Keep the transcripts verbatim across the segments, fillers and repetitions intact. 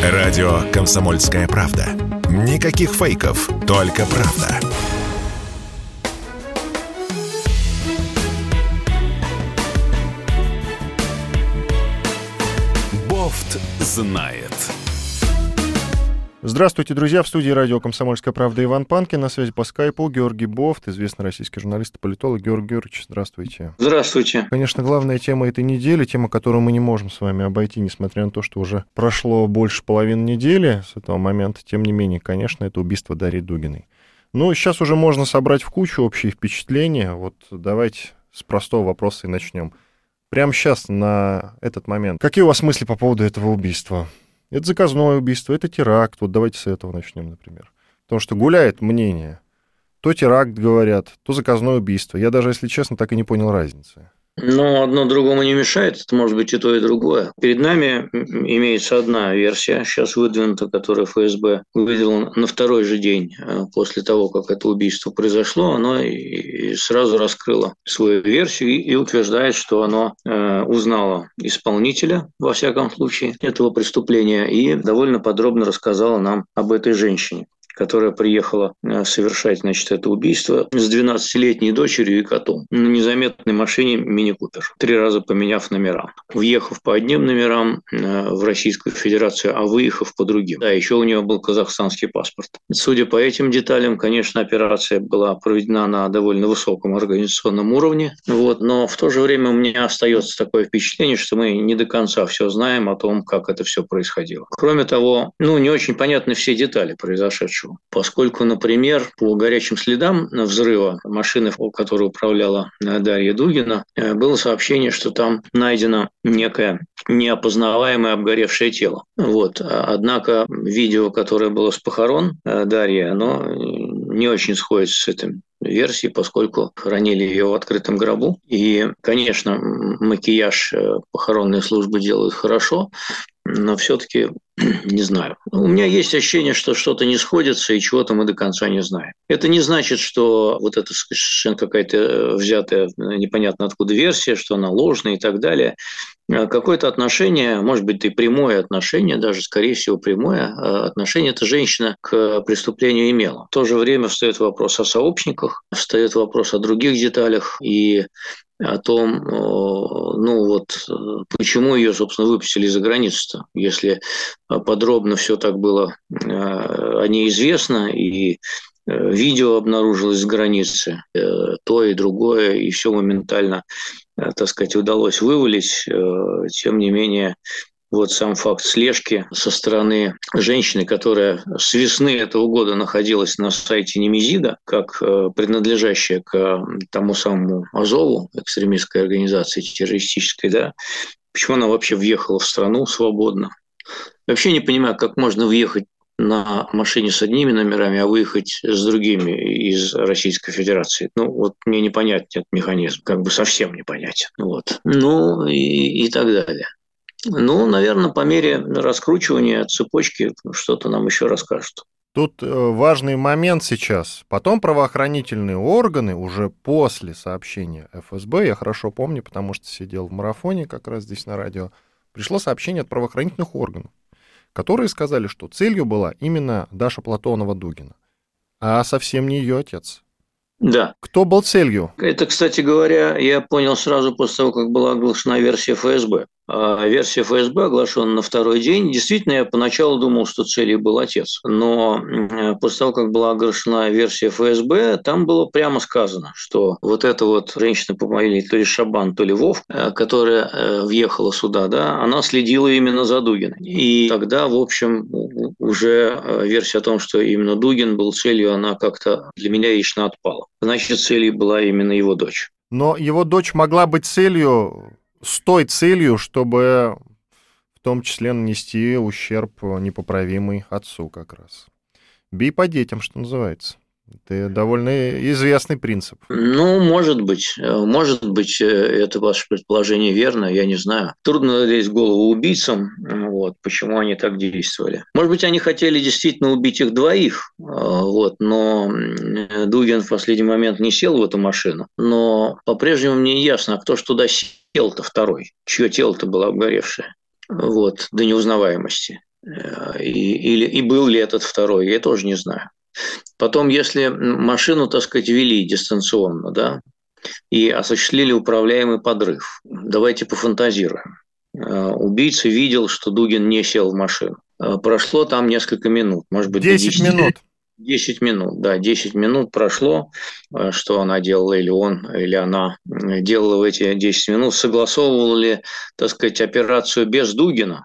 Радио «Комсомольская правда». Никаких фейков, только правда. Бофт знает. Здравствуйте, друзья. В студии радио «Комсомольская правда» Иван Панкин. На связи по скайпу Георгий Бофт, известный российский журналист и политолог. Георгий Георгиевич, здравствуйте. Здравствуйте. Конечно, главная тема этой недели, тема, которую мы не можем с вами обойти, несмотря на то, что уже прошло больше половины недели с этого момента. Тем не менее, конечно, это убийство Дарьи Дугиной. Ну, сейчас уже можно собрать в кучу общие впечатления. Вот давайте с простого вопроса и начнем. Прямо сейчас, на этот момент. Какие у вас мысли по поводу этого убийства? Это заказное убийство, это теракт. Вот давайте с этого начнем, например. Потому что гуляет мнение. То теракт, говорят, то заказное убийство. Я даже, если честно, так и не понял разницы. Но одно другому не мешает, это может быть и то, и другое. Перед нами имеется одна версия, сейчас выдвинута, которую эф эс бэ выделила на второй же день после того, как это убийство произошло. Оно и сразу раскрыло свою версию и утверждает, что оно узнало исполнителя, во всяком случае, этого преступления и довольно подробно рассказало нам об этой женщине, которая приехала совершать, значит, это убийство с двенадцатилетней дочерью и котом на незаметной машине мини-купер, три раза поменяв номера, въехав по одним номерам в Российскую Федерацию, а выехав по другим. Да, еще у нее был казахстанский паспорт. Судя по этим деталям, конечно, операция была проведена на довольно высоком организационном уровне, вот, но в то же время у меня остается такое впечатление, что мы не до конца все знаем о том, как это все происходило. Кроме того, ну, не очень понятны все детали произошедшего. Поскольку, например, по горячим следам взрыва машины, которой управляла Дарья Дугина, было сообщение, что там найдено некое неопознаваемое обгоревшее тело. Вот. Однако видео, которое было с похорон Дарьи, оно не очень сходится с этим версией, поскольку хоронили ее в открытом гробу. И, конечно, макияж похоронной службы делают хорошо, но все-таки не знаю. У меня есть ощущение, что что-то не сходится и чего-то мы до конца не знаем. Это не значит, что вот это совершенно какая-то взятая непонятно откуда версия, что она ложная и так далее. Какое-то отношение, может быть, и прямое отношение, даже, скорее всего, прямое отношение эта женщина к преступлению имела. В то же время встает вопрос о сообщниках, встает вопрос о других деталях и о том, ну вот, почему ее, собственно, выпустили за границу-то, если подробно все так было о ней известно, и видео обнаружилось с границы, то и другое, и все моментально, так сказать, удалось вывалить. Тем не менее, вот сам факт слежки со стороны женщины, которая с весны этого года находилась на сайте Немезида, как принадлежащая к тому самому Азову, экстремистской организации террористической, да, почему она вообще въехала в страну свободно. Вообще не понимаю, как можно въехать на машине с одними номерами, а выехать с другими из Российской Федерации. Ну, вот мне непонятен этот механизм, как бы совсем непонятен. Вот. Ну, и, и так далее. Ну, наверное, по мере раскручивания цепочки что-то нам еще расскажут. Тут важный момент сейчас. Потом правоохранительные органы уже после сообщения эф эс бэ, я хорошо помню, потому что сидел в марафоне как раз здесь на радио, пришло сообщение от правоохранительных органов, которые сказали, что целью была именно Даша Платонова-Дугина, а совсем не ее отец. Да. Кто был целью? Это, кстати говоря, я понял сразу после того, как была оглашена версия эф эс бэ. А версия эф эс бэ оглашена на второй день. Действительно, я поначалу думал, что целью был отец. Но после того, как была оглашена версия эф эс бэ, там было прямо сказано, что вот эта вот женщина по фамилии то ли Шабан, то ли Вов, которая въехала сюда, да, она следила именно за Дугиной. И тогда, в общем, уже версия о том, что именно Дугин был целью, она как-то для меня лично отпала. Значит, целью была именно его дочь. Но его дочь могла быть целью, с той целью, чтобы в том числе нанести ущерб непоправимый отцу как раз. Бей по детям, что называется. Это довольно известный принцип. Ну, может быть. Может быть, это ваше предположение верно, я не знаю. Трудно лезть в голову убийцам, вот, почему они так действовали. Может быть, они хотели действительно убить их двоих, вот, но Дугин в последний момент не сел в эту машину. Но по-прежнему мне не ясно, а кто ж туда сел-то второй, чье тело-то было обгоревшее, вот, до неузнаваемости. И, или, и был ли этот второй, я тоже не знаю. Потом, если машину, так сказать, вели дистанционно, да, и осуществили управляемый подрыв, давайте пофантазируем. Убийца видел, что Дугин не сел в машину. Прошло там несколько минут, может быть, до десять минут. десять минут, да, десять минут прошло, что она делала, или он, или она делала в эти десять минут, согласовывала ли, так сказать, операцию без Дугина,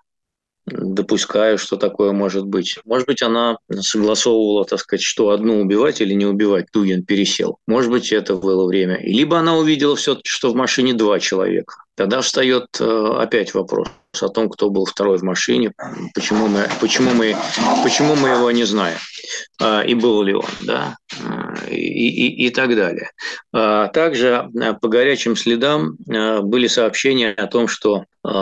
допускаю, что такое может быть. Может быть, она согласовывала, так сказать, что одну убивать или не убивать, Дугин пересел. Может быть, это было время. Либо она увидела все-таки, что в машине два человека. Тогда встает опять вопрос о том, кто был второй в машине, почему мы, почему мы, почему мы его не знаем, и был ли он, да, и, и, и так далее. Также по горячим следам были сообщения о том, что,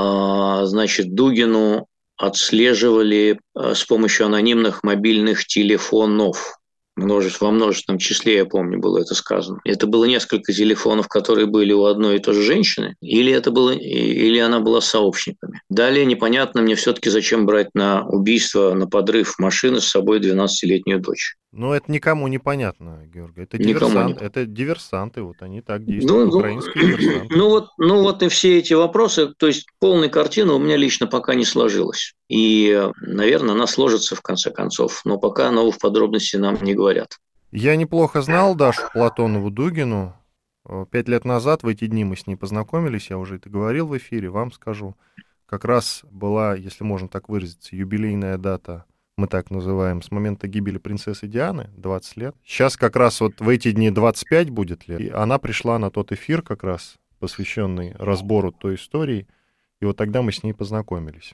значит, Дугину отслеживали с помощью анонимных мобильных телефонов. Множество, во множественном числе, я помню, было это сказано. Это было несколько телефонов, которые были у одной и той же женщины, или, это было, или она была с сообщниками. Далее непонятно мне все-таки, зачем брать на убийство, на подрыв машины с собой двенадцатилетнюю дочь. Ну, это никому не понятно, Георгий. Это, диверсант, это диверсанты, вот они так действуют, ну, украинские ну, диверсанты. Ну вот, ну вот и все эти вопросы, то есть полной картины у меня лично пока не сложилась. И, наверное, она сложится в конце концов, но пока новых подробностей нам не говорят. Я неплохо знал Дашу Платонову-Дугину. Пять лет назад, в эти дни мы с ней познакомились, я уже это говорил в эфире, вам скажу. Как раз была, если можно так выразиться, юбилейная дата, мы так называем, с момента гибели принцессы Дианы, двадцать лет. Сейчас как раз вот в эти дни двадцать пять будет лет. И она пришла на тот эфир как раз, посвященный разбору той истории, и вот тогда мы с ней познакомились.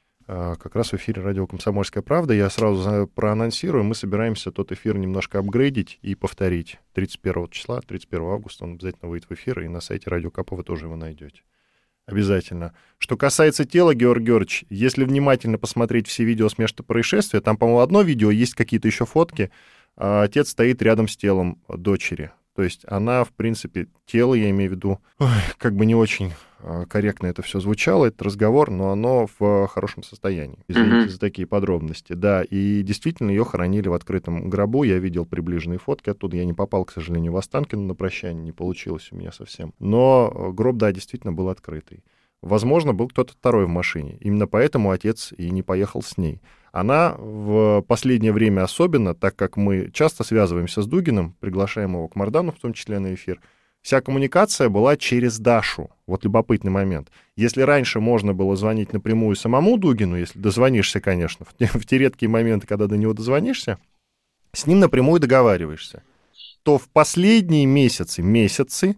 Как раз в эфире радио «Комсомольская правда». Я сразу проанонсирую, мы собираемся тот эфир немножко апгрейдить и повторить. тридцать первого числа, тридцать первого августа он обязательно выйдет в эфир, и на сайте Радио КП вы тоже его найдете. Обязательно. Что касается тела, Георгий Георгиевич, если внимательно посмотреть все видео с места происшествия, там, по-моему, одно видео, есть какие-то еще фотки, а отец стоит рядом с телом дочери. То есть она, в принципе, тело, я имею в виду, ой, как бы не очень корректно это все звучало, этот разговор, но оно в хорошем состоянии. Извините mm-hmm. за такие подробности. Да, и действительно ее хоронили в открытом гробу. Я видел приближенные фотки оттуда. Я не попал, к сожалению, в Останкино на прощание, не получилось у меня совсем. Но гроб, да, действительно был открытый. Возможно, был кто-то второй в машине. Именно поэтому отец и не поехал с ней. Она в последнее время особенно, так как мы часто связываемся с Дугиным, приглашаем его к Мардану, в том числе на эфир, вся коммуникация была через Дашу. Вот любопытный момент. Если раньше можно было звонить напрямую самому Дугину, если дозвонишься, конечно, в те, в те редкие моменты, когда до него дозвонишься, с ним напрямую договариваешься, то в последние месяцы, месяцы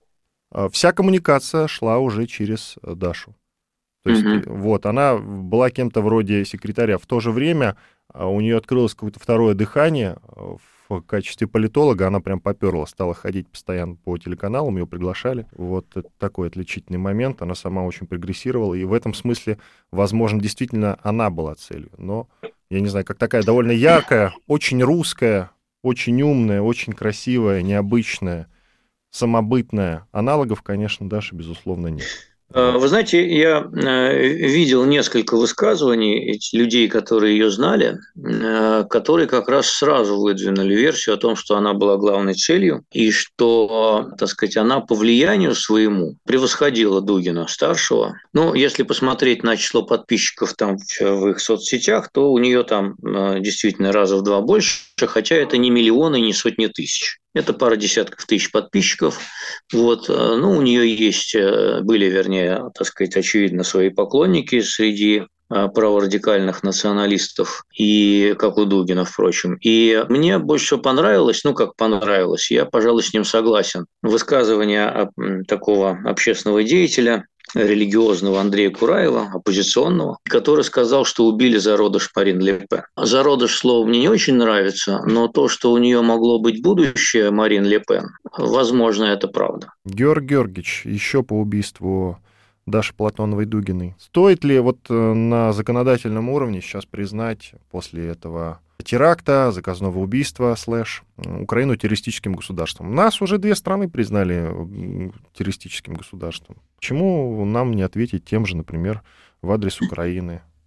вся коммуникация шла уже через Дашу. То есть, mm-hmm. вот, она была кем-то вроде секретаря. В то же время у нее открылось какое-то второе дыхание. В качестве политолога она прям поперла, стала ходить постоянно по телеканалам, ее приглашали. Вот это такой отличительный момент. Она сама очень прогрессировала. И в этом смысле, возможно, действительно она была целью. Но, я не знаю, как такая довольно яркая, очень русская, очень умная, очень красивая, необычная, самобытная. Аналогов, конечно, Даши, безусловно, нет. Вы знаете, я видел несколько высказываний людей, которые ее знали, которые как раз сразу выдвинули версию о том, что она была главной целью и что, так сказать, она по влиянию своему превосходила Дугина-старшего. Ну, если посмотреть на число подписчиков там в их соцсетях, то у нее там действительно раза в два больше, хотя это не миллионы, не сотни тысяч. Это пара десятков тысяч подписчиков. Вот. Ну, у нее есть, были, вернее, так сказать, очевидно, свои поклонники среди праворадикальных националистов, и как у Дугина, впрочем. И мне больше всего понравилось, ну, как понравилось, я, пожалуй, с ним согласен, высказывание такого общественного деятеля, религиозного Андрея Кураева, оппозиционного, который сказал, что убили зародыш Марин Ле Пен. Зародыш слово мне не очень нравится, но то, что у нее могло быть будущее Марин Ле Пен, возможно, это правда. Георгий Георгиевич, еще по убийству Даши Платоновой-Дугиной. Стоит ли вот на законодательном уровне сейчас признать после этого теракта, заказного убийства, слэш, Украину террористическим государством? Нас уже две страны признали террористическим государством. Почему нам не ответить тем же, например, в адрес Украины?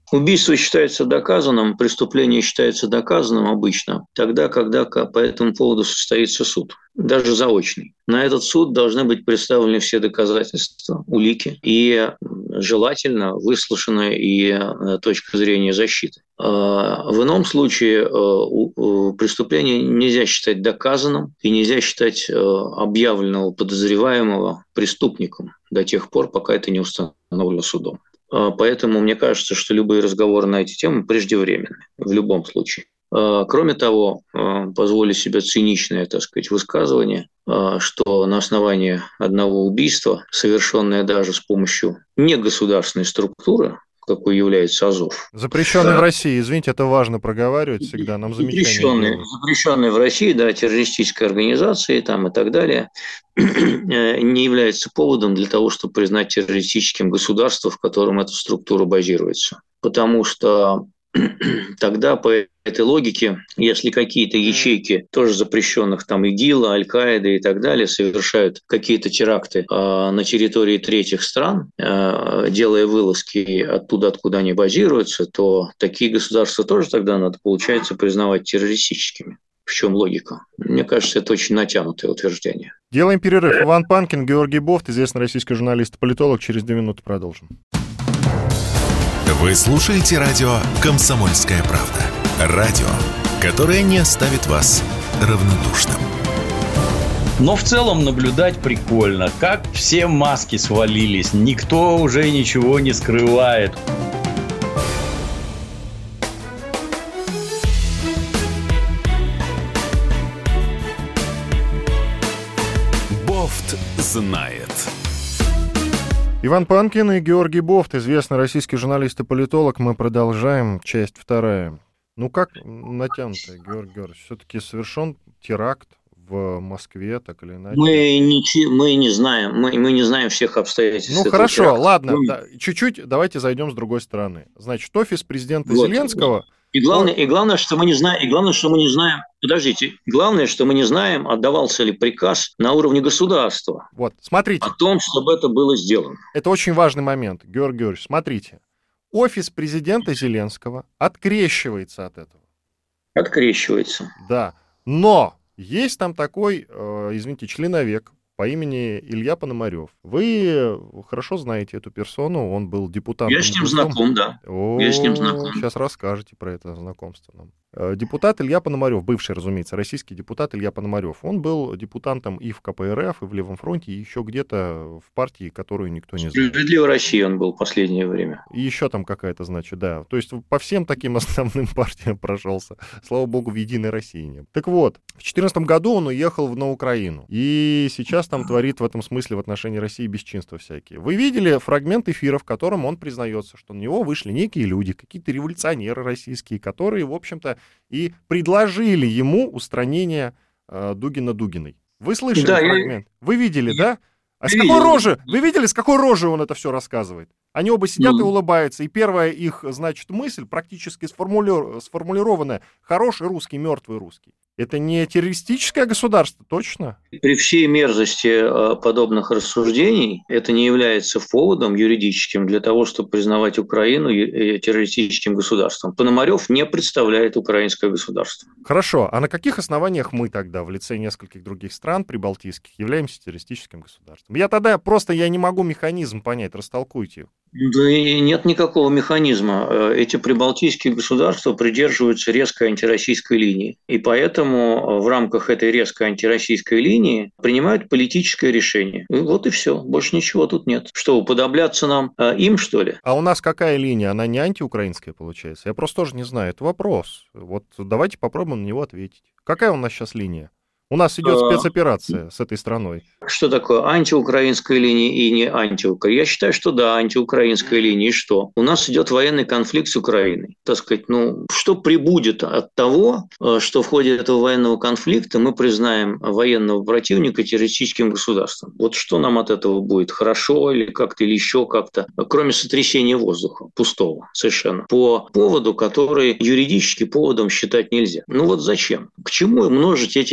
Убийство считается доказанным, преступление считается доказанным обычно тогда, когда по этому поводу состоится суд, даже заочный. На этот суд должны быть представлены все доказательства, улики, и желательно выслушана и точка зрения защиты. В ином случае преступление нельзя считать доказанным и нельзя считать объявленного подозреваемого преступником до тех пор, пока это не установлено судом. Поэтому мне кажется, что любые разговоры на эти темы преждевременны в любом случае. Кроме того, позволю себе циничное, так сказать, высказывание, что на основании одного убийства, совершенное даже с помощью негосударственной структуры, какой является Азов. Запрещенный да. в России, извините, это важно проговаривать всегда, нам замечания запрещенный, запрещенный в России, да, террористической организации там, и так далее, не является поводом для того, чтобы признать террористическим государство, в котором эта структура базируется. Потому что тогда по этой логике, если какие-то ячейки тоже запрещенных там ИГИЛа, Аль-Каиды и так далее совершают какие-то теракты э, на территории третьих стран, э, делая вылазки оттуда, откуда они базируются, то такие государства тоже тогда надо, получается, признавать террористическими. В чем логика? Мне кажется, это очень натянутое утверждение. Делаем перерыв. Иван Панкин, Георгий Бофт, известный российский журналист и политолог. Через две минуты продолжим. Вы слушаете радио «Комсомольская правда». Радио, которое не оставит вас равнодушным. Но в целом наблюдать прикольно. Как все маски свалились. Никто уже ничего не скрывает. Бофт знает. Иван Панкин и Георгий Бофт, известный российский журналист и политолог. Мы продолжаем. Часть вторая. Ну как натянутая, Георгий Георгиевич? Все-таки совершен теракт в Москве, так или иначе. Мы не, мы не знаем, мы, мы не знаем всех обстоятельств. Ну хорошо, теракта. ладно, мы... да, чуть-чуть давайте зайдем с другой стороны. Значит, офис президента вот. Зеленского... И главное, и главное, что мы не знаем, и главное, что мы не знаем, подождите, главное, что мы не знаем, отдавался ли приказ на уровне государства. Вот, смотрите. О том, чтобы это было сделано. Это очень важный момент, Георгий Георгиевич, смотрите. Офис президента Зеленского открещивается от этого. Открещивается. Да, но есть там такой, э, извините, членовек по имени Илья Пономарев. Вы хорошо знаете эту персону, он был депутатом. Я с ним Госдумы. знаком, да. О, Я с ним знаком. Сейчас расскажете про это знакомство нам. Депутат Илья Пономарев, бывший, разумеется, российский депутат Илья Пономарев, он был депутатом и в ка пэ эр эф, и в Левом фронте, и еще где-то в партии, которую никто не знает. Справедливой России он был в последнее время. И еще там какая-то, значит, да. То есть по всем таким основным партиям прошелся. Слава богу, в Единой России нет. Так вот, в две тысячи четырнадцатом году он уехал на Украину. И сейчас там творит в этом смысле в отношении России бесчинства всякие. Вы видели фрагмент эфира, в котором он признается, что на него вышли некие люди, какие-то революционеры российские, которые, в общем-то, и предложили ему устранение э, Дугина-Дугиной. Вы слышали да, фрагмент? Я... Вы видели, я... да? А с какой рожи? Вы видели, с какой рожи он это все рассказывает? Они оба сидят ну... и улыбаются, и первая их, значит, мысль практически сформули... сформулированная: хороший русский, мертвый русский. Это не террористическое государство, точно? При всей мерзости подобных рассуждений это не является поводом юридическим для того, чтобы признавать Украину террористическим государством. Пономарев не представляет украинское государство. Хорошо, а на каких основаниях мы тогда в лице нескольких других стран прибалтийских являемся террористическим государством? Я тогда просто я не могу механизм понять, растолкуйте. Да нет никакого механизма. Эти прибалтийские государства придерживаются резкой антироссийской линии. И поэтому в рамках этой резкой антироссийской линии принимают политическое решение. И вот и все. Больше ничего тут нет. Что, уподобляться нам а, им, что ли? А у нас какая линия? Она не антиукраинская, получается? Я просто тоже не знаю. Это вопрос. Вот давайте попробуем на него ответить. Какая у нас сейчас линия? У нас идет спецоперация с этой страной. Что такое антиукраинская линия и не антиукраинская? Я считаю, что да, антиукраинская линия. И что? У нас идет военный конфликт с Украиной. Так сказать, ну, что прибудет от того, что в ходе этого военного конфликта мы признаем военного противника террористическим государством? Вот что нам от этого будет? Хорошо или как-то, или еще как-то? Кроме сотрясения воздуха, пустого совершенно. По поводу, который юридически поводом считать нельзя. Ну вот зачем? К чему множить эти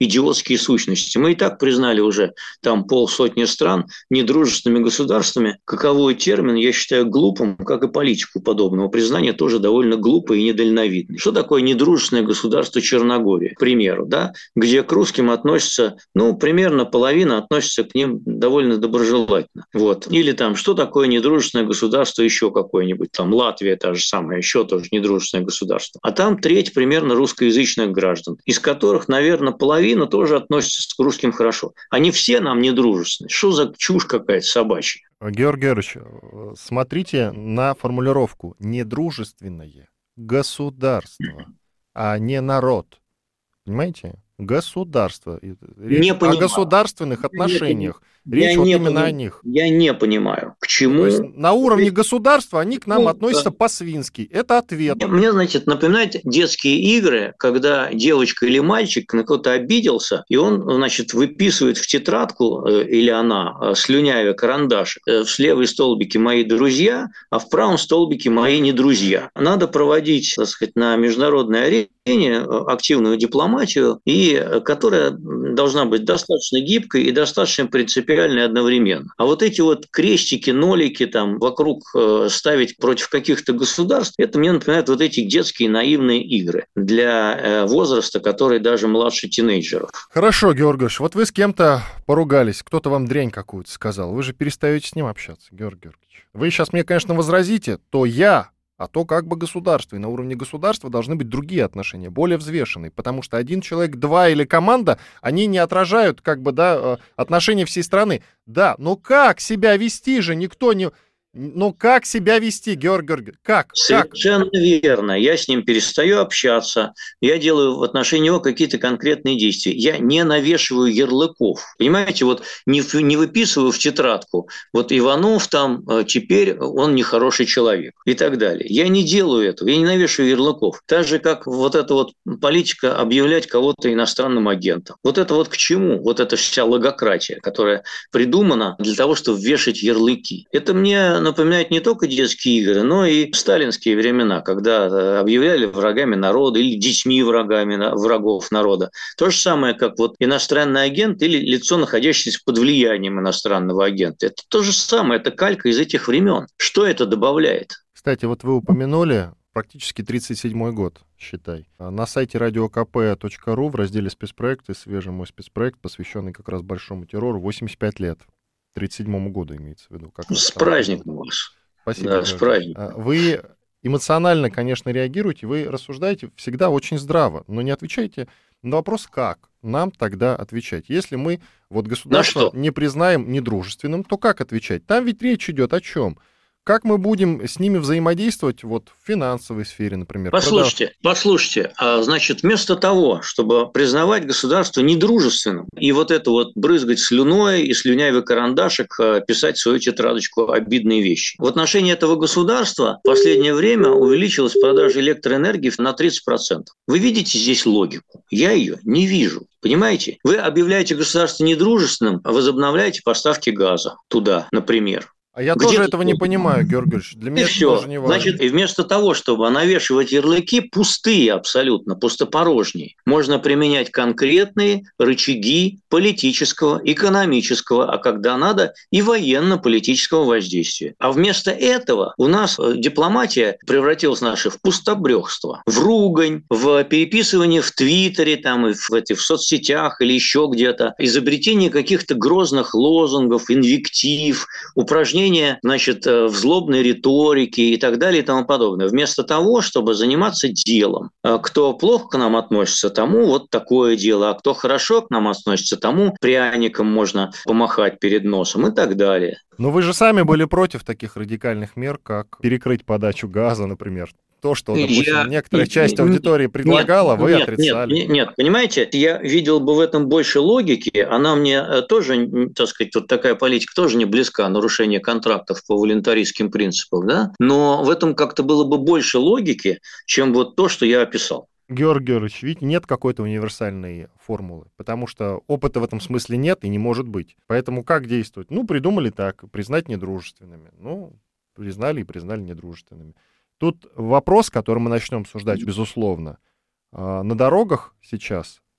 идиотские сущности. Мы и так признали уже там полсотни стран недружественными государствами. Каковой термин, я считаю, глупым, как и политику подобного признания, тоже довольно глупый и недальновидный. Что такое недружественное государство Черногория, к примеру, да, где к русским относятся, ну, примерно половина относится к ним довольно доброжелательно. Вот. Или там, что такое недружественное государство еще какое-нибудь, там Латвия та же самая, еще тоже недружественное государство. А там треть примерно русскоязычных граждан, из которых, наверное, половина тоже относится к русским хорошо. Они все нам недружественны. Что за чушь какая-то собачья? Георгий Георгиевич, смотрите на формулировку «недружественное государство», а не народ. Понимаете? Государство. Речь не о государственных отношениях. Речь вот именно понимаю. о них. Я не понимаю, к чему... То есть на уровне государства они к нам Ну, относятся да. по-свински. Это ответ. Мне, значит, напоминает детские игры, когда девочка или мальчик на кого-то обиделся, и он, значит, выписывает в тетрадку, э, или она, э, слюнявя карандаш, э, в левой столбике «мои друзья», а в правом столбике «мои не друзья». Надо проводить, так сказать, на международной арене активную дипломатию, и, э, которая должна быть достаточно гибкой и достаточно принципиальной одновременно. А вот эти вот крестики, нолики там вокруг э, ставить против каких-то государств, это мне напоминает вот эти детские наивные игры для э, возраста, который даже младше тинейджеров. Хорошо, Георгий Георгиевич, вот вы с кем-то поругались, кто-то вам дрянь какую-то сказал, вы же перестаете с ним общаться, Георгий Георгиевич. Вы сейчас мне, конечно, возразите, то я, а то как бы государство. И на уровне государства должны быть другие отношения, более взвешенные, потому что один человек, два или команда, они не отражают как бы, да, отношения всей страны. Да, но как себя вести же никто не... Ну, как себя вести, Георгий Георгиевич? Как? Совершенно как? верно. Я с ним перестаю общаться. Я делаю в отношении него какие-то конкретные действия. Я не навешиваю ярлыков. Понимаете, вот не, не выписываю в тетрадку. Вот Иванов там теперь он нехороший человек и так далее. Я не делаю этого. Я не навешиваю ярлыков. Так же, как вот эта вот политика объявлять кого-то иностранным агентом. Вот это вот к чему? Вот эта вся логократия, которая придумана для того, чтобы вешать ярлыки. Это мне напоминает не только детские игры, но и сталинские времена, когда объявляли врагами народа или детьми врагами врагов народа. То же самое, как вот иностранный агент или лицо, находящееся под влиянием иностранного агента. Это то же самое, это калька из этих времен. Что это добавляет? Кстати, вот вы упомянули практически тридцать седьмой год, считай. На сайте радио ка пэ точка ру в разделе «Спецпроекты» свежий мой спецпроект, посвященный как раз большому террору, восемьдесят пять лет. тридцать седьмому году имеется в виду. Как с праздником вас. Спасибо. Да, с праздником. Вы эмоционально, конечно, реагируете, вы рассуждаете всегда очень здраво, но не отвечаете на вопрос, как нам тогда отвечать. Если мы вот государство не признаем недружественным, то как отвечать? Там ведь речь идет о чем? Как мы будем с ними взаимодействовать вот в финансовой сфере, например? Послушайте, Продав... послушайте, значит, вместо того, чтобы признавать государство недружественным и вот это вот брызгать слюной и слюнявый карандашик, писать в свою тетрадочку обидные вещи. В отношении этого государства в последнее время увеличилась продажа электроэнергии на тридцать процентов. Вы видите здесь логику? Я ее не вижу. Понимаете? Вы объявляете государство недружественным, а возобновляете поставки газа туда, например. А я тоже этого не понимаю, Георгий Георгиевич. Для меня и это все. тоже не важно. Значит, и вместо того, чтобы навешивать ярлыки, пустые абсолютно, пустопорожние, можно применять конкретные рычаги политического, экономического, а когда надо, и военно-политического воздействия. А вместо этого у нас дипломатия превратилась наша в пустобрёхство, в ругань, в переписывание в Твиттере, там, и в, эти, в соцсетях или еще где-то, изобретение каких-то грозных лозунгов, инвектив, упражнений, значит, в злобной риторике и так далее и тому подобное. Вместо того, чтобы заниматься делом. Кто плохо к нам относится, тому вот такое дело, а кто хорошо к нам относится, тому пряником можно помахать перед носом и так далее. Но вы же сами были против таких радикальных мер, как перекрыть подачу газа, например. То, что, допустим, я... некоторая часть аудитории предлагала, нет, вы нет, отрицали. Нет, нет, понимаете, я видел бы в этом больше логики. Она мне тоже, так сказать, вот такая политика тоже не близка, нарушение контрактов по волюнтаристским принципам, да? Но в этом как-то было бы больше логики, чем вот то, что я описал. Георгий Георгиевич, видите, нет какой-то универсальной формулы, потому что опыта в этом смысле нет и не может быть. Поэтому как действовать? Ну, придумали так, признать недружественными. Ну, признали и признали недружественными. Тут вопрос, который мы начнем обсуждать, безусловно. На дорогах сейчас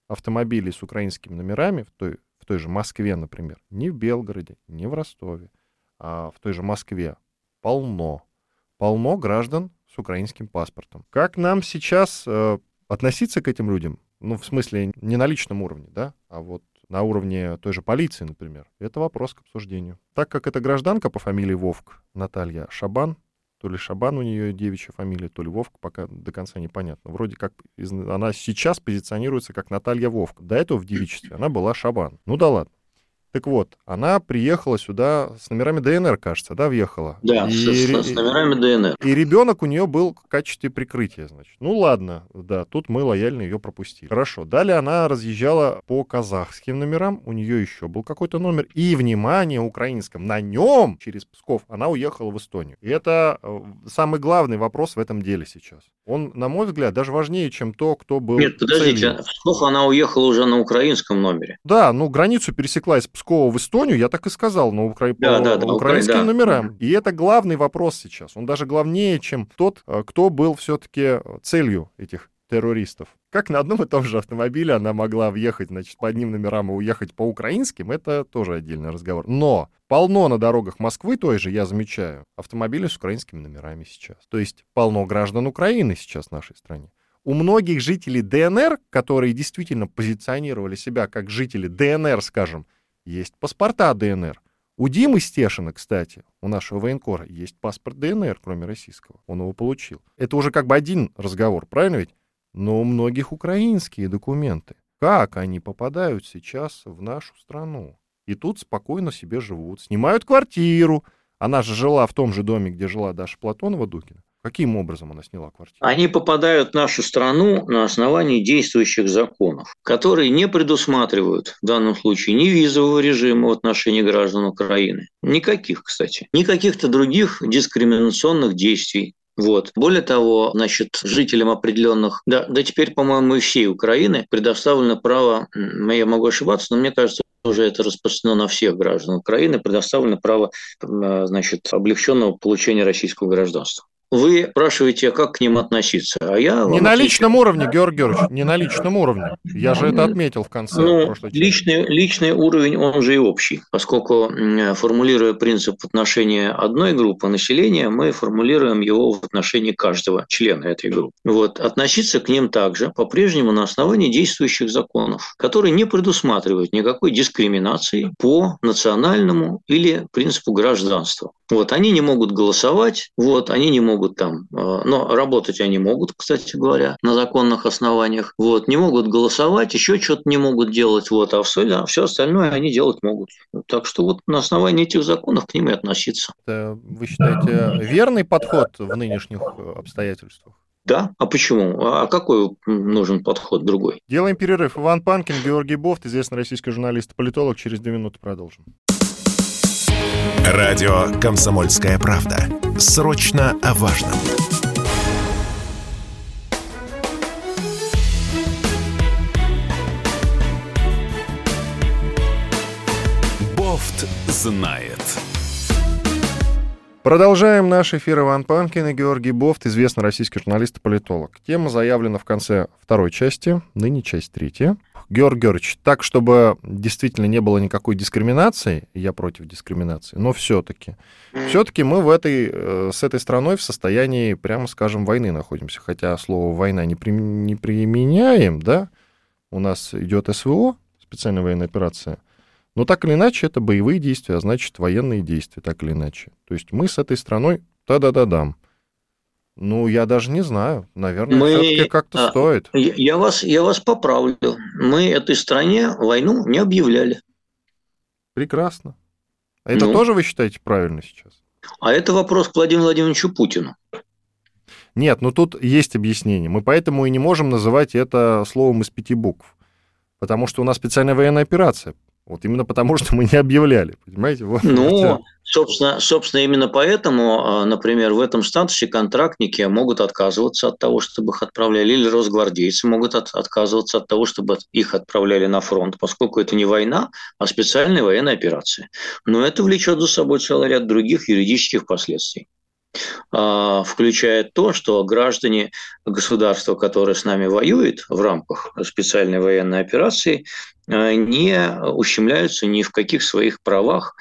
автомобилей с украинскими номерами в той, в той же Москве, например, не в Белгороде, не в Ростове, а в той же Москве полно. Полно граждан с украинским паспортом. Как нам сейчас э, относиться к этим людям? Ну, в смысле, не на личном уровне, да, а вот на уровне той же полиции, например. Это вопрос к обсуждению. Так как это гражданка по фамилии Вовк, Наталья Шабан, то ли Шабан у нее девичья фамилия, то ли Вовк, пока до конца непонятно. Вроде как она сейчас позиционируется как Наталья Вовк. До этого в девичестве она была Шабан. Ну да ладно. Так вот, она приехала сюда с номерами ДНР, кажется, да, въехала? Да, и, с, с номерами ДНР. И ребенок у нее был в качестве прикрытия, значит. Ну ладно, да, тут мы лояльно ее пропустили. Хорошо. Далее она разъезжала по казахским номерам, у нее еще был какой-то номер. И, внимание, украинском, на нем через Псков она уехала в Эстонию. И это самый главный вопрос в этом деле сейчас. Он, на мой взгляд, даже важнее, чем то, кто был Нет, подождите, целью. в Псков она уехала уже на украинском номере. Да, ну границу пересекла из Пскова в Эстонию, я так и сказал, но укра... да, по да, да, украинским да. номерам. И это главный вопрос сейчас. Он даже главнее, чем тот, кто был все-таки целью этих террористов. Как на одном и том же автомобиле она могла въехать, значит, по одним номерам и уехать по украинским, это тоже отдельный разговор. Но полно на дорогах Москвы той же, я замечаю, автомобилей с украинскими номерами сейчас. То есть полно граждан Украины сейчас в нашей стране. У многих жителей ДНР, которые действительно позиционировали себя как жители ДНР, скажем, есть паспорта ДНР. У Димы Стешина, кстати, у нашего военкора, есть паспорт ДНР, кроме российского. Он его получил. Это уже как бы один разговор, правильно ведь? Но у многих украинские документы. Как они попадают сейчас в нашу страну? И тут спокойно себе живут. Снимают квартиру. Она же жила в том же доме, где жила Даша Платонова-Дукина. Каким образом она сняла квартиру? Они попадают в нашу страну на основании действующих законов, которые не предусматривают в данном случае ни визового режима в отношении граждан Украины, никаких, кстати, ни каких-то других дискриминационных действий. Вот. Более того, значит, жителям определенных, да, да теперь, по-моему, и всей Украины предоставлено право, я могу ошибаться, но мне кажется, уже это распространено на всех граждан Украины, предоставлено право, значит, облегченного получения российского гражданства. Вы спрашиваете, как к ним относиться, а я Не на личном уровне, Георгий Георгиевич, не на личном уровне. Я же это отметил в конце ну, прошлой части. Личный, личный уровень, он же и общий, поскольку, формулируя принцип в отношении одной группы населения, мы формулируем его в отношении каждого члена этой группы. Вот. Относиться к ним также по-прежнему на основании действующих законов, которые не предусматривают никакой дискриминации по национальному или принципу гражданства. Вот. Они не могут голосовать, вот. Они не могут там, но работать они могут, кстати говоря, на законных основаниях, вот. Не могут голосовать, еще что-то не могут делать, вот. А все, да, все остальное они делать могут. Так что вот на основании этих законов к ним и относиться. Это, вы считаете, верный подход в нынешних обстоятельствах? Да, а почему? А какой нужен подход другой? Делаем перерыв. Иван Панкин, Георгий Бофт, известный российский журналист и политолог. Через две минуты продолжим. Радио «Комсомольская правда». Срочно о важном. Бофт знает. Продолжаем наш эфир. Иван Панкин и Георгий Бофт, известный российский журналист и политолог. Тема заявлена в конце второй части, ныне часть третья. Георгий Георгиевич, так, чтобы действительно не было никакой дискриминации, я против дискриминации, но все-таки, все-таки мы в этой, с этой страной в состоянии, прямо скажем, войны находимся. Хотя слово «война» не, при, не применяем, да, у нас идет СВО, специальная военная операция, но так или иначе это боевые действия, а значит военные действия, так или иначе. То есть мы с этой страной та-да-да-дам. Ну, я даже не знаю. Наверное, мы... все-таки как-то а, стоит. Я вас, я вас поправлю. Мы этой стране войну не объявляли. Прекрасно. А это ну, тоже вы считаете правильно сейчас? А это вопрос к Владимиру Владимировичу Путину. Нет, ну тут есть объяснение. Мы поэтому и не можем называть это словом из пяти букв. Потому что у нас специальная военная операция. Вот именно потому, что мы не объявляли, понимаете? Вот. Ну, собственно, собственно, именно поэтому, например, в этом статусе контрактники могут отказываться от того, чтобы их отправляли, или росгвардейцы могут от, отказываться от того, чтобы их отправляли на фронт, поскольку это не война, а специальная военная операция. Но это влечет за собой целый ряд других юридических последствий. включая то, что граждане государства, которое с нами воюет в рамках специальной военной операции, не ущемляются ни в каких своих правах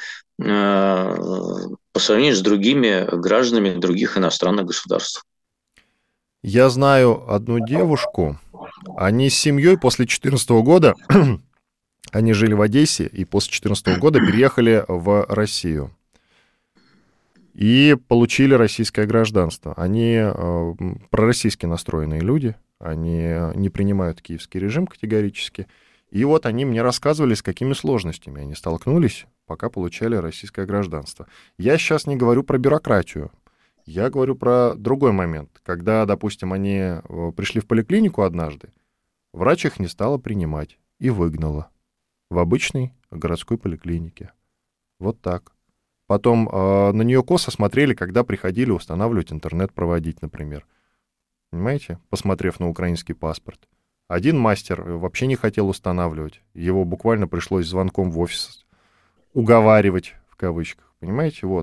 по сравнению с другими гражданами других иностранных государств. Я знаю одну девушку, они с семьей после две тысячи четырнадцатого года, они жили в Одессе, и после две тысячи четырнадцатого года переехали в Россию. И получили российское гражданство. Они э, пророссийски настроенные люди, они не принимают киевский режим категорически. И вот они мне рассказывали, с какими сложностями они столкнулись, пока получали российское гражданство. Я сейчас не говорю про бюрократию, я говорю про другой момент. Когда, допустим, они пришли в поликлинику однажды, врач их не стала принимать и выгнала в обычной городской поликлинике. Вот так. Потом э, на нее косо смотрели, когда приходили устанавливать интернет, проводить, например. Понимаете? Посмотрев на украинский паспорт. Один мастер вообще не хотел устанавливать. Его буквально пришлось звонком в офис уговаривать, в кавычках. Понимаете? Вот.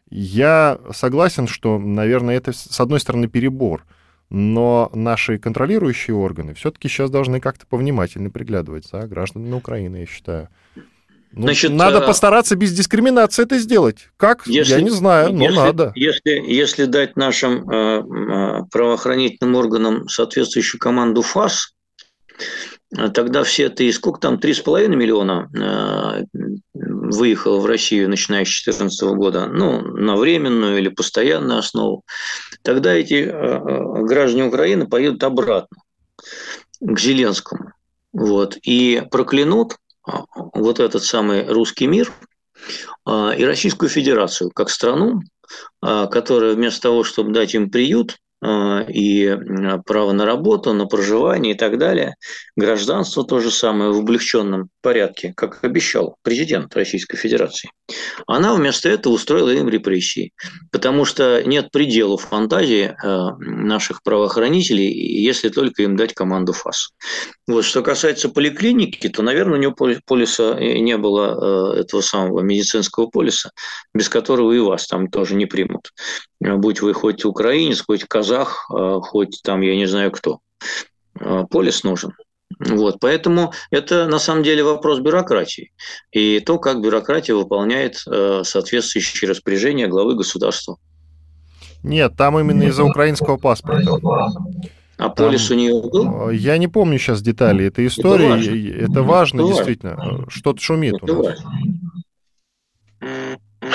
Я согласен, что, наверное, это, с одной стороны, перебор. Но наши контролирующие органы все-таки сейчас должны как-то повнимательнее приглядывать за гражданами Украины, я считаю. Ну, Значит, надо постараться без дискриминации это сделать. Как? Если, я не знаю, но если, надо. Если, если дать нашим э, правоохранительным органам соответствующую команду ФАС, тогда все это, и сколько там, три с половиной миллиона э, выехало в Россию, начиная с две тысячи четырнадцатого года, ну, на временную или постоянную основу, тогда эти э, граждане Украины поедут обратно к Зеленскому. Вот, и проклянут вот этот самый русский мир и Российскую Федерацию как страну, которая вместо того, чтобы дать им приют и право на работу, на проживание и так далее, гражданство то же самое в облегченном порядке, как обещал президент Российской Федерации, она вместо этого устроила им репрессии, потому что нет предела фантазии наших правоохранителей, если только им дать команду ФАС. Вот. Что касается поликлиники, то, наверное, у него полиса не было, этого самого медицинского полиса, без которого и вас там тоже не примут. Будь вы хоть украинец, хоть казах, хоть там я не знаю кто. Полис нужен. Вот. Поэтому это на самом деле вопрос бюрократии. И то, как бюрократия выполняет соответствующие распоряжения главы государства. Нет, там именно из-за украинского паспорта. А там, полис у нее был? Я не помню сейчас деталей этой истории. Это важно, это важно это действительно. Важно. Что-то шумит это у нас. Важно.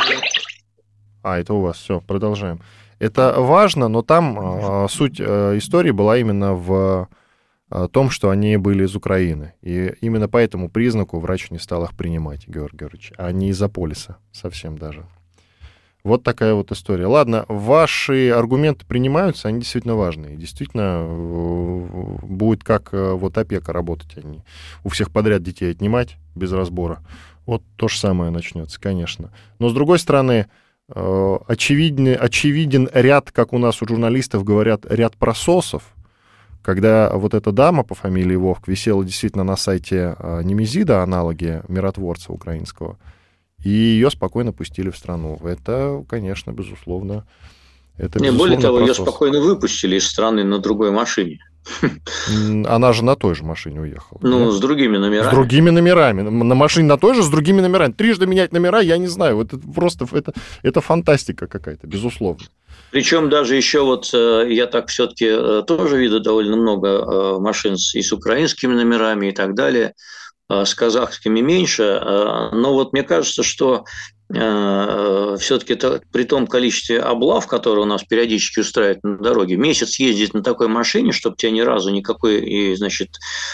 А, это у вас. Все, продолжаем. Это важно, но там э, суть э, истории была именно в э, том, что они были из Украины. И именно по этому признаку врач не стал их принимать, Георгий Георгиевич, а не из-за полиса совсем даже. Вот такая вот история. Ладно, ваши аргументы принимаются, они действительно важные. Действительно, будет как вот опека работать, они у всех подряд детей отнимать без разбора. Вот то же самое начнется, конечно. Но, с другой стороны, очевиден, очевиден ряд, как у нас у журналистов говорят, ряд прососов, когда вот эта дама по фамилии Вовк висела действительно на сайте Немезида, аналоги миротворца украинского, и ее спокойно пустили в страну. Это, конечно, безусловно, это Не, более того, просос. Ее спокойно выпустили из страны на другой машине. Она же на той же машине уехала. Ну, да? с другими номерами. С другими номерами. На машине на той же, с другими номерами. Трижды менять номера, я не знаю. Это просто это, это фантастика какая-то, безусловно. Причем даже еще вот я так все-таки тоже виду довольно много машин и с украинскими номерами и так далее. С казахскими меньше, но вот мне кажется, что все-таки при том количестве облав, которые у нас периодически устраивают на дороге, месяц ездить на такой машине, чтобы тебя ни разу никакой, значит,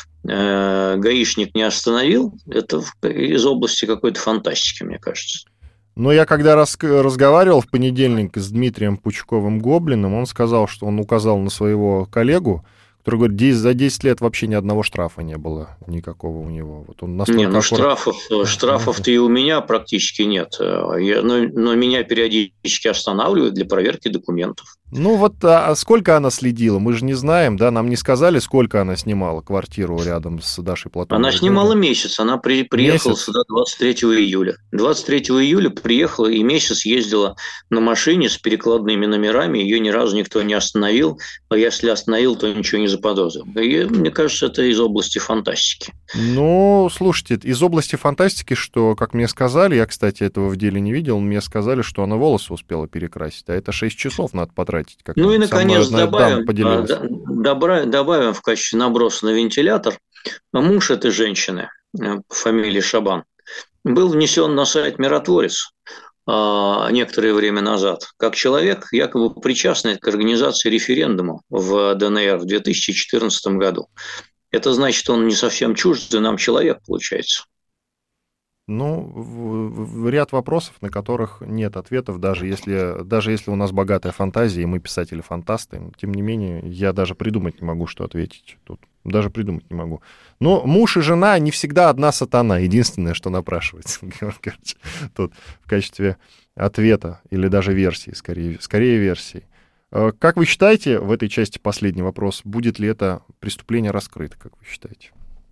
гаишник не остановил, это из области какой-то фантастики, мне кажется. Но я когда раз, разговаривал в понедельник с Дмитрием Пучковым-Гоблиным, он сказал, что он указал на своего коллегу, который говорит, за десять лет вообще ни одного штрафа не было никакого у него. Вот он настолько не, ну аккурат... штрафов, штрафов-то и у меня практически нет. Я, но, но меня периодически останавливают для проверки документов. Ну вот, а сколько она следила? Мы же не знаем, да? Нам не сказали, сколько она снимала квартиру рядом с Дашей Платоновой. Она снимала месяц. Она при, приехала месяц? сюда двадцать третьего июля. двадцать третьего июля приехала и месяц ездила на машине с перекладными номерами. Ее ни разу никто не остановил. А если остановил, то ничего не заподозрил. И, мне кажется, это из области фантастики. Ну, слушайте, из области фантастики, что, как мне сказали, я, кстати, этого в деле не видел, мне сказали, что она волосы успела перекрасить, а это шесть часов надо потратить. Как ну и, наконец, добавим, добавим, добавим в качестве наброса на вентилятор. Муж этой женщины, по фамилии Шабан, был внесен на сайт «Миротворец» некоторое время назад, как человек, якобы причастный к организации референдума в ДНР в две тысячи четырнадцатом году. Это значит, он не совсем чуждый нам человек, получается. Ну, в, в ряд вопросов, на которых нет ответов, даже если, даже если у нас богатая фантазия, и мы писатели-фантасты, тем не менее, я даже придумать не могу, что ответить тут. Даже придумать не могу. Но муж и жена не всегда одна сатана. Единственное, что напрашивается, тут в качестве ответа или даже версии, скорее, скорее версии. Как вы считаете, в этой части последний вопрос, будет ли это преступление раскрыто, как вы считаете?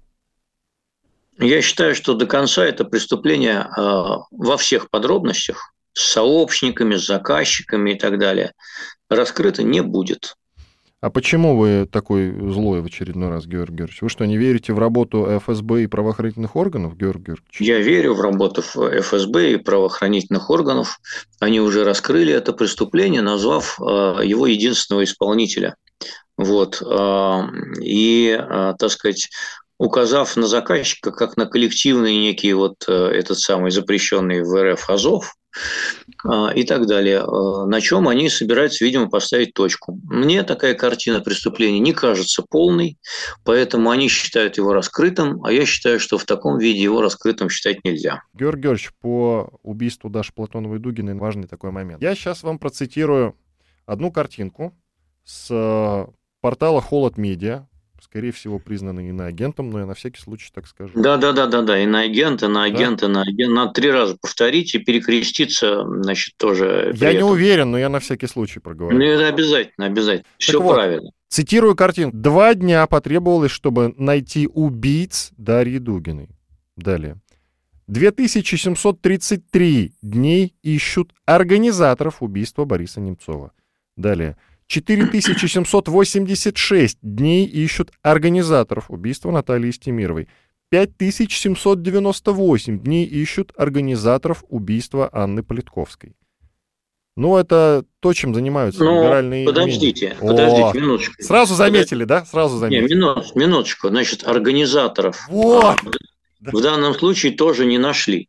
Я считаю, что до конца это преступление э, во всех подробностях, с сообщниками, с заказчиками и так далее, раскрыто не будет. А почему вы такой злой в очередной раз, Георгий Георгиевич? Вы что, не верите в работу эф эс бэ и правоохранительных органов, Георгий Георгиевич? Я верю в работу эф эс бэ и правоохранительных органов. Они уже раскрыли это преступление, назвав э, его единственного исполнителя. Вот. Э, и, э, так сказать, указав на заказчика как на коллективный некий вот этот самый запрещенный в эр эф Азов и так далее, на чем они собираются, видимо, поставить точку. Мне такая картина преступления не кажется полной, поэтому они считают его раскрытым, а я считаю, что в таком виде его раскрытым считать нельзя. Георгий Георгиевич, по убийству Даши Платоновой и Дугиной важный такой момент. Я сейчас вам процитирую одну картинку с портала Холод Медиа, скорее всего, признанный иноагентом, но я на всякий случай так скажу. Да-да-да-да, иноагент, иноагент, да? иноагент. Надо три раза повторить и перекреститься, значит, тоже. Я не уверен, но я на всякий случай проговорю. Ну, это обязательно, обязательно. Все так вот, правильно. Цитирую картинку. Два дня потребовалось, чтобы найти убийц Дарьи Дугиной. Далее. две тысячи семьсот тридцать три дней ищут организаторов убийства Бориса Немцова. Далее. четыре тысячи семьсот восемьдесят шесть дней ищут организаторов убийства Натальи Истемировой. пять тысяч семьсот девяносто восемь дней ищут организаторов убийства Анны Политковской. Ну, это то, чем занимаются Но либеральные подождите, медиа. подождите, О, минуточку. Сразу заметили, да? Сразу заметили. Не, минут, минуточку. Значит, организаторов вот. в, в данном случае тоже не нашли.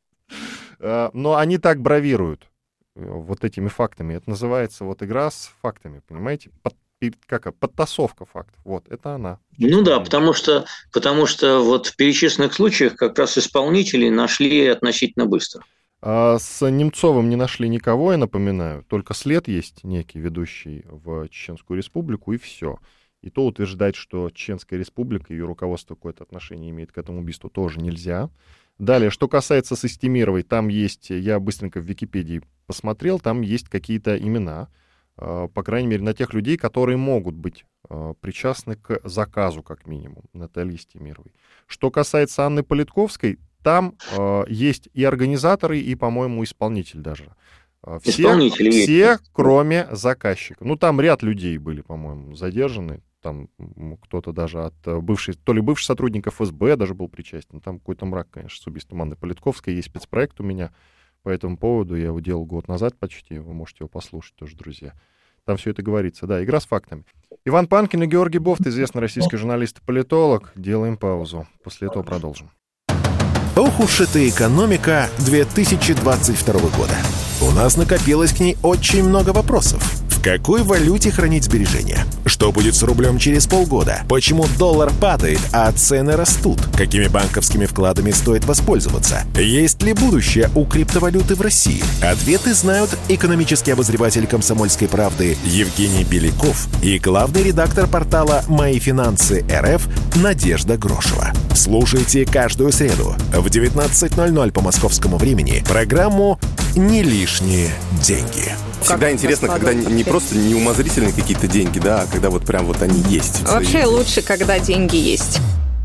Но они так бравируют вот этими фактами. Это называется вот игра с фактами, понимаете? Под, как, подтасовка фактов. Вот, это она. Ну да, потому что, потому что вот в перечисленных случаях как раз исполнителей нашли относительно быстро. А с Немцовым не нашли никого, я напоминаю. Только след есть некий, ведущий в Чеченскую Республику, и все. И то утверждать, что Чеченская Республика и ее руководство какое-то отношение имеет к этому убийству, тоже нельзя. Далее, что касается Истемировой, там есть, я быстренько в Википедии посмотрел, там есть какие-то имена, по крайней мере, на тех людей, которые могут быть причастны к заказу, как минимум, Натальи Истемировой. Что касается Анны Политковской, там есть и организаторы, и, по-моему, исполнитель даже. Все, все кроме заказчика. Ну, там ряд людей были, по-моему, задержаны. Там кто-то даже от бывшей, то ли бывший сотрудник эф эс бэ даже был причастен. Там какой-то мрак, конечно, с убийством Анны Политковской. Есть спецпроект у меня по этому поводу. Я его делал год назад почти. Вы можете его послушать тоже, друзья. Там все это говорится. Да, игра с фактами. Иван Панкин и Георгий Бофт, известный российский журналист и политолог. Делаем паузу. После этого продолжим. Ох уж эта экономика две тысячи двадцать второго года. У нас накопилось к ней очень много вопросов. В В какой валюте хранить сбережения? Что будет с рублем через полгода? Почему доллар падает, а цены растут? Какими банковскими вкладами стоит воспользоваться? Есть ли будущее у криптовалюты в России? Ответы знают экономический обозреватель «Комсомольской правды» Евгений Беляков и главный редактор портала «Мои финансы РФ» Надежда Грошева. Слушайте каждую среду в девятнадцать ноль ноль по московскому времени программу «Не лишние деньги». Всегда как интересно, когда не просто неумозрительные какие-то деньги, да, а когда вот прям вот они есть. Вообще лучше, когда деньги есть.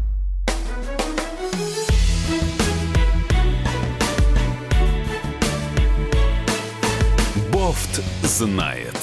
Бофт знает.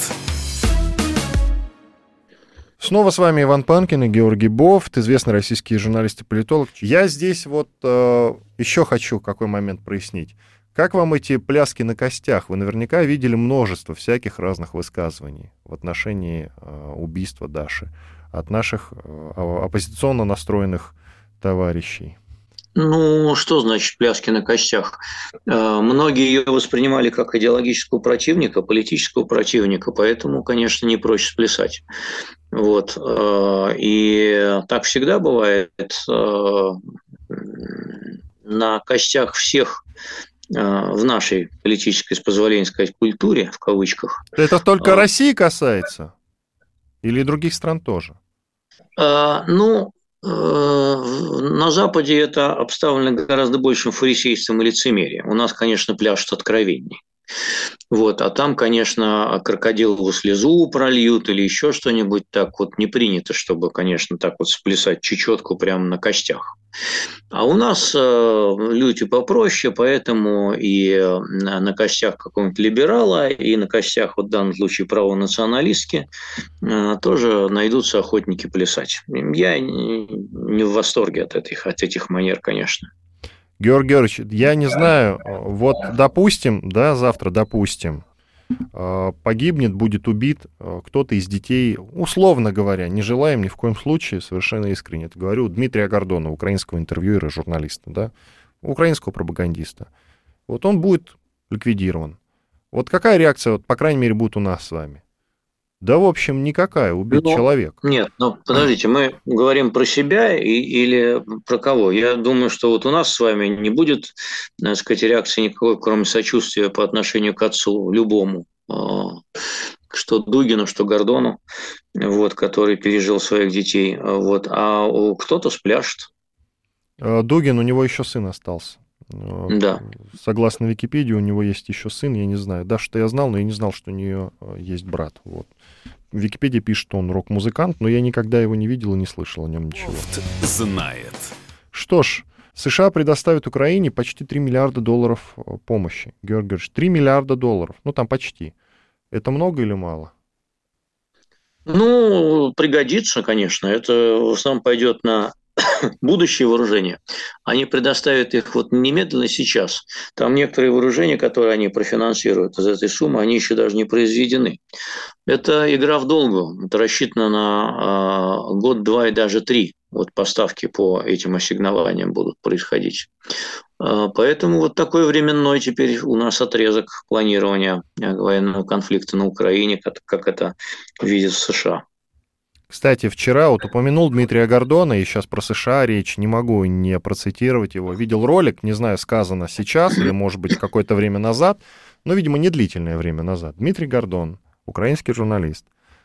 Снова с вами Иван Панкин и Георгий Бофт, известный российский журналист и политолог. Я здесь вот э, еще хочу какой момент прояснить. Как вам эти пляски на костях? Вы наверняка видели множество всяких разных высказываний в отношении э, убийства Даши от наших э, оппозиционно настроенных товарищей. Ну, что значит пляски на костях? Многие ее воспринимали как идеологического противника, политического противника, поэтому, конечно, не проще сплясать. Вот. И так всегда бывает. На костях всех в нашей политической, с позволения сказать, культуре, в кавычках. Это только России касается? Или других стран тоже? Ну, на Западе это обставлено гораздо большим фарисейством и лицемерием. У нас, конечно, пляшут откровенней. Вот. А там, конечно, крокодилову слезу прольют или еще что-нибудь. Так вот не принято, чтобы, конечно, так вот сплясать чечетку прямо на костях. А у нас э, люди попроще, поэтому и на костях какого-нибудь либерала, и на костях, вот в данном случае, правонационалистки, э, тоже найдутся охотники плясать. Я не, не в восторге от этих, от этих манер, конечно. Георгий Георгиевич, я не знаю, вот допустим, да, завтра допустим, погибнет, будет убит кто-то из детей, условно говоря, не желаем ни в коем случае, совершенно искренне это говорю, Дмитрия Гордона, украинского интервьюера, журналиста, да, украинского пропагандиста. Вот он будет ликвидирован. Вот какая реакция, вот, по крайней мере, будет у нас с вами? Да, в общем, никакая, убит ну, человек. Нет, ну, подождите, мы говорим про себя и, или про кого? Я думаю, что вот у нас с вами не будет, так сказать, реакции никакой, кроме сочувствия по отношению к отцу, любому. Что Дугину, что Гордону, вот, который пережил своих детей. Вот, а кто-то спляшет. Дугин, у него еще сын остался. Да. Согласно Википедии, у него есть еще сын, я не знаю. Да, что я знал, но я не знал, что у нее есть брат. Вот. В Википедии пишет, что он рок-музыкант, но я никогда его не видел и не слышал о нем ничего. Знает. Что ж, США предоставят Украине почти три миллиарда долларов помощи. Георгий Георгиевич, три миллиарда долларов. Ну, там почти. Это много или мало? Ну, пригодится, конечно. Это в основном пойдет на будущее вооружение. Они предоставят их вот немедленно сейчас. Там некоторые вооружения, которые они профинансируют из этой суммы, они еще даже не произведены. Это игра в долгу. Это рассчитано на э, год, два и даже три. Вот поставки по этим ассигнованиям будут происходить. Э, поэтому вот такой временной теперь у нас отрезок планирования военного конфликта на Украине, как, как это видят в США. Кстати, вчера вот упомянул Дмитрия Гордона, и сейчас про США речь, не могу не процитировать его. Видел ролик, не знаю, сказано сейчас или, может быть, какое-то время назад, но, видимо, не длительное время назад. Дмитрий Гордон, украинский журналист,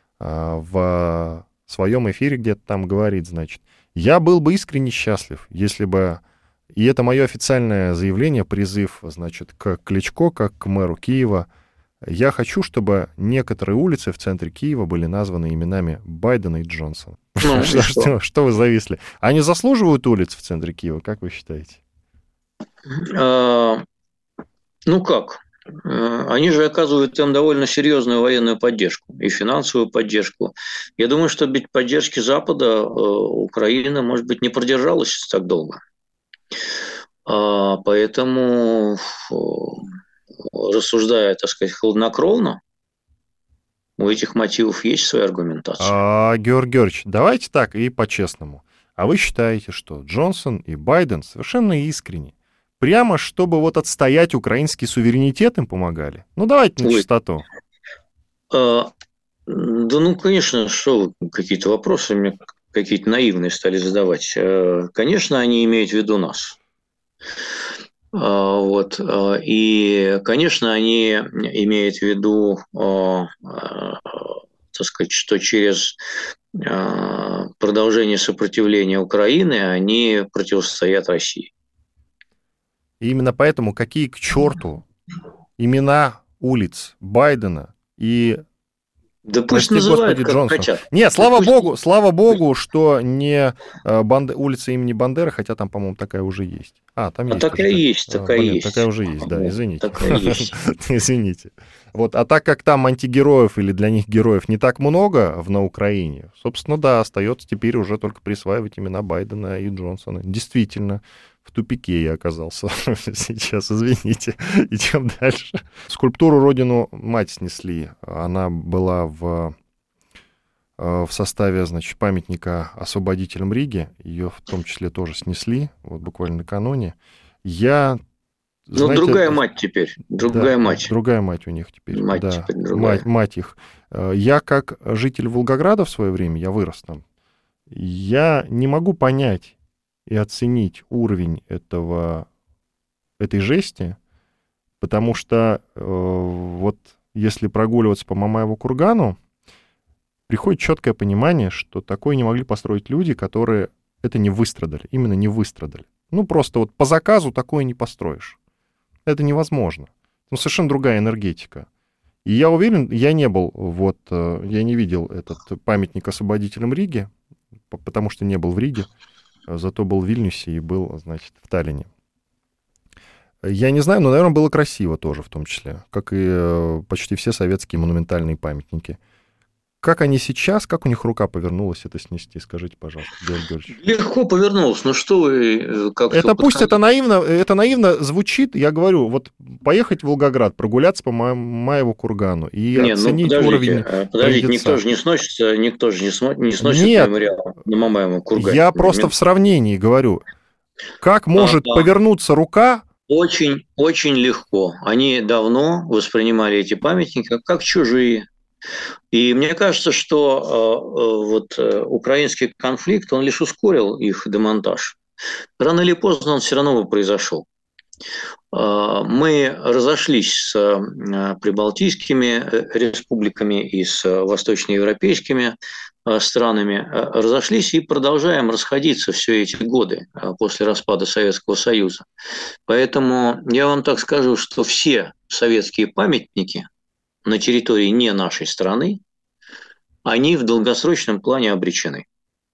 в своем эфире где-то там говорит, значит, я был бы искренне счастлив, если бы... И это мое официальное заявление, призыв, значит, к Кличко, как к мэру Киева. Я хочу, чтобы некоторые улицы в центре Киева были названы именами Байдена и Джонсона. Ну, что, что? что вы зависли? Они заслуживают улиц в центре Киева, как вы считаете? А, ну как? Они же оказывают им довольно серьезную военную поддержку и финансовую поддержку. Я думаю, что без поддержки Запада Украина, может быть, не продержалась так долго. А, поэтому... рассуждая, так сказать, хладнокровно, у этих мотивов есть своя аргументация. А, Георгий Георгиевич, давайте так и по-честному. А вы считаете, что Джонсон и Байден совершенно искренне, прямо чтобы вот отстоять украинский суверенитет им помогали? Ну, давайте на чистоту. Да, ну, конечно, что вы какие-то вопросы мне какие-то наивные стали задавать. Э, Конечно, они имеют в виду нас. А, Вот. а, И, конечно, они имеют в виду, а, а, так сказать, что через а, продолжение сопротивления Украины они противостоят России. И именно поэтому какие к черту имена улиц Байдена и, Да пусть прости называют, господи, как Джонсона. хотят. Нет, Да слава пусть, богу, слава богу, что не э, Банд- улица имени Бандеры, хотя там, по-моему, такая уже есть. А, там а есть уже такая так. есть, А, такая блин, такая есть. уже есть, да, Вот, извините. такая есть. Извините. Вот, а так как там антигероев или для них героев не так много в, на Украине, собственно, да, остается теперь уже только присваивать имена Байдена и Джонсона. Действительно, в тупике я оказался сейчас, извините. Идем дальше. Скульптуру «Родину мать» снесли. Она была в, в составе, значит, памятника освободителям Риги. Ее в том числе тоже снесли, вот буквально накануне. Я, Ну, знаете, другая мать теперь. Другая да, мать. другая мать у них теперь. Мать Да, теперь другая. мать, мать их. Я как житель Волгограда в свое время, я вырос там, я не могу понять и оценить уровень этого, этой жести, потому что э, вот если прогуливаться по Мамаеву кургану, приходит четкое понимание, что такое не могли построить люди, которые это не выстрадали, именно не выстрадали. Ну, просто вот по заказу такое не построишь. Это невозможно. Ну, совершенно другая энергетика. И я уверен, я не был, вот, я не видел этот памятник освободителям Риги, потому что не был в Риге, зато был в Вильнюсе и был, значит, в Таллине. Я не знаю, но, наверное, было красиво тоже в том числе, как и почти все советские монументальные памятники. Как они сейчас, как у них рука повернулась это снести, скажите, пожалуйста, Георгий Георгиевич. Легко повернулся, ну что вы как-то... Это пусть подходите. это наивно, это наивно звучит, я говорю, вот поехать в Волгоград, прогуляться по Мамаеву кургану и Не, оценить ну, уровень подождите, никто трындеца. же не сносится, никто же не, смо, не сносит Нет, мемориал на Мамаевом кургане. я просто в сравнении говорю, как может А, повернуться рука. Очень, очень легко. Они давно воспринимали эти памятники как чужие. И мне кажется, что э, вот э, украинский конфликт, он лишь ускорил их демонтаж. Рано или поздно он все равно бы произошел. Э, мы разошлись с э, прибалтийскими республиками и с восточноевропейскими э, странами, э, разошлись и продолжаем расходиться все эти годы э, после распада Советского Союза. Поэтому я вам так скажу, что все советские памятники на территории не нашей страны, они в долгосрочном плане обречены.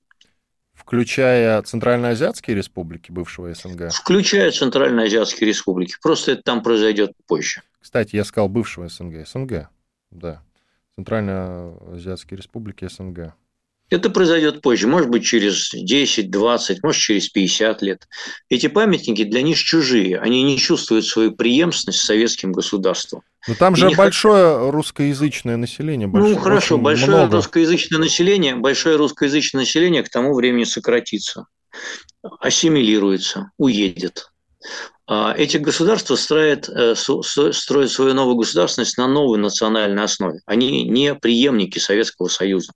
Включая Центральноазиатские республики бывшего СНГ? Включая Центральноазиатские республики. Просто это там произойдет позже. Кстати, я сказал бывшего СНГ. СНГ, да. Центральноазиатские республики СНГ. Это произойдет позже, может быть, через десять, двадцать, может, через пятьдесят лет. Эти памятники для них чужие. Они не чувствуют свою преемственность с советским государством. Но там И же не большое хотят... русскоязычное население. Ну, хорошо, большое много. русскоязычное население, большое русскоязычное население к тому времени сократится, ассимилируется, уедет. Эти государства строят, строят свою новую государственность на новой национальной основе. Они не преемники Советского Союза.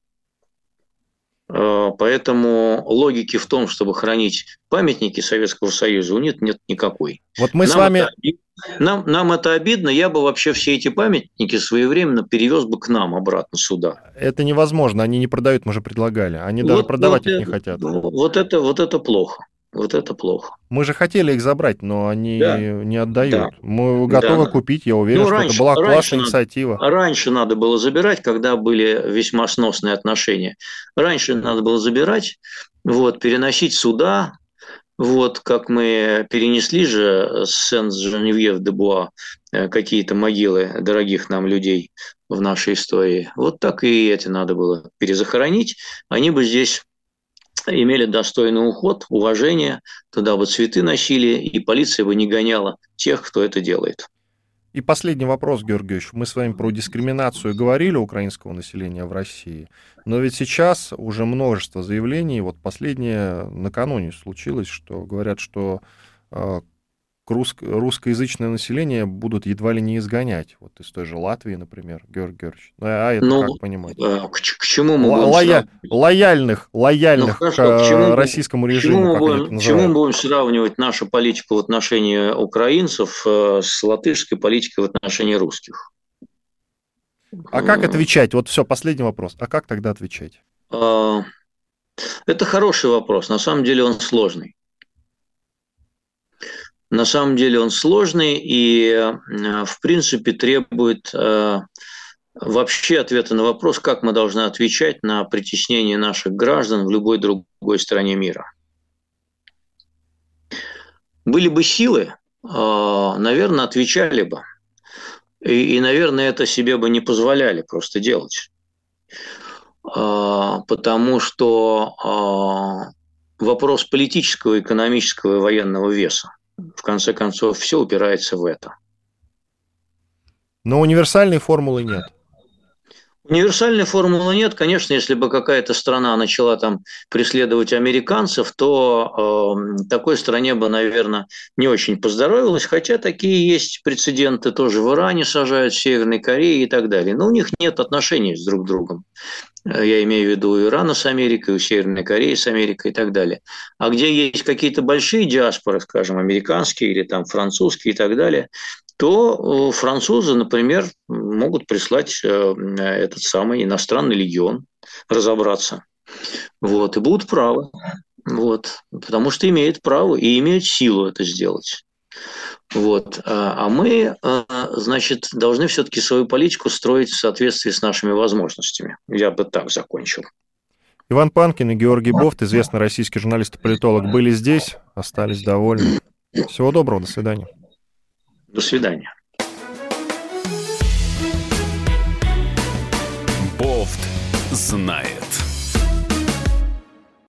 Поэтому логики в том, чтобы хранить памятники Советского Союза, у них нет никакой. Вот мы нам, с вами... это, нам, нам это обидно, я бы вообще все эти памятники своевременно перевез бы к нам обратно сюда. Это невозможно, они не продают, мы же предлагали. Они вот, даже продавать вот их это, не хотят. Вот это, вот это плохо. Вот это плохо. Мы же хотели их забрать, но они да. не отдают. Да. Мы готовы да. купить, я уверен, ну, что раньше, это была классная надо, инициатива. Раньше надо было забирать, когда были весьма сносные отношения. Раньше надо было забирать, вот, переносить сюда, вот, как мы перенесли же с Сен-Женевьев-де-Буа какие-то могилы дорогих нам людей в нашей истории. Вот так и эти надо было перезахоронить. Они бы здесь... имели достойный уход, уважение, туда бы цветы носили, и полиция бы не гоняла тех, кто это делает. И последний вопрос, Георгий Георгиевич. Мы с вами про дискриминацию говорили украинского населения в России, но ведь сейчас уже множество заявлений, вот последнее накануне случилось, что говорят, что рус- русскоязычное население будут едва ли не изгонять. Вот из той же Латвии, например, Георгий Георгиевич. А это Ну, как понимать? э, к, ч- к чему мы Л- будем лоя- сравнивать? лояльных, Ну, лояльных хорошо, к к чему э, мы- российскому К чему режиму, мы как они будем, это к чему мы называют. будем сравнивать нашу политику в отношении украинцев э, с латышской политикой в отношении русских? А как отвечать? Вот все, последний вопрос. А как тогда отвечать? Э, Это хороший вопрос. На самом деле он сложный. На самом деле он сложный и, э, в принципе, требует э, вообще ответа на вопрос, как мы должны отвечать на притеснение наших граждан в любой другой стране мира. Были бы силы, э, наверное, отвечали бы. И, и, наверное, это себе бы не позволяли просто делать. Э, Потому что э, вопрос политического, экономического и военного веса, в конце концов, все упирается в это. Но универсальной формулы нет. Универсальной формулы нет. Конечно, если бы какая-то страна начала там преследовать американцев, то э, такой стране бы, наверное, не очень поздоровилось. Хотя такие есть прецеденты тоже в Иране сажают, в Северной Корее и так далее. Но у них нет отношений с друг другом. Я имею в виду у Ирана с Америкой, у Северной Кореи с Америкой и так далее. А где есть какие-то большие диаспоры, скажем, американские или там французские и так далее, то французы, например, могут прислать этот самый иностранный легион разобраться. Вот, и будут правы. Вот, потому что имеют право и имеют силу это сделать. Вот. А мы, значит, должны все-таки свою политику строить в соответствии с нашими возможностями. Я бы так закончил. Иван Панкин и Георгий Бофт, известный российский журналист и политолог, были здесь, остались довольны. Всего доброго, до свидания. До свидания. Бофт знает.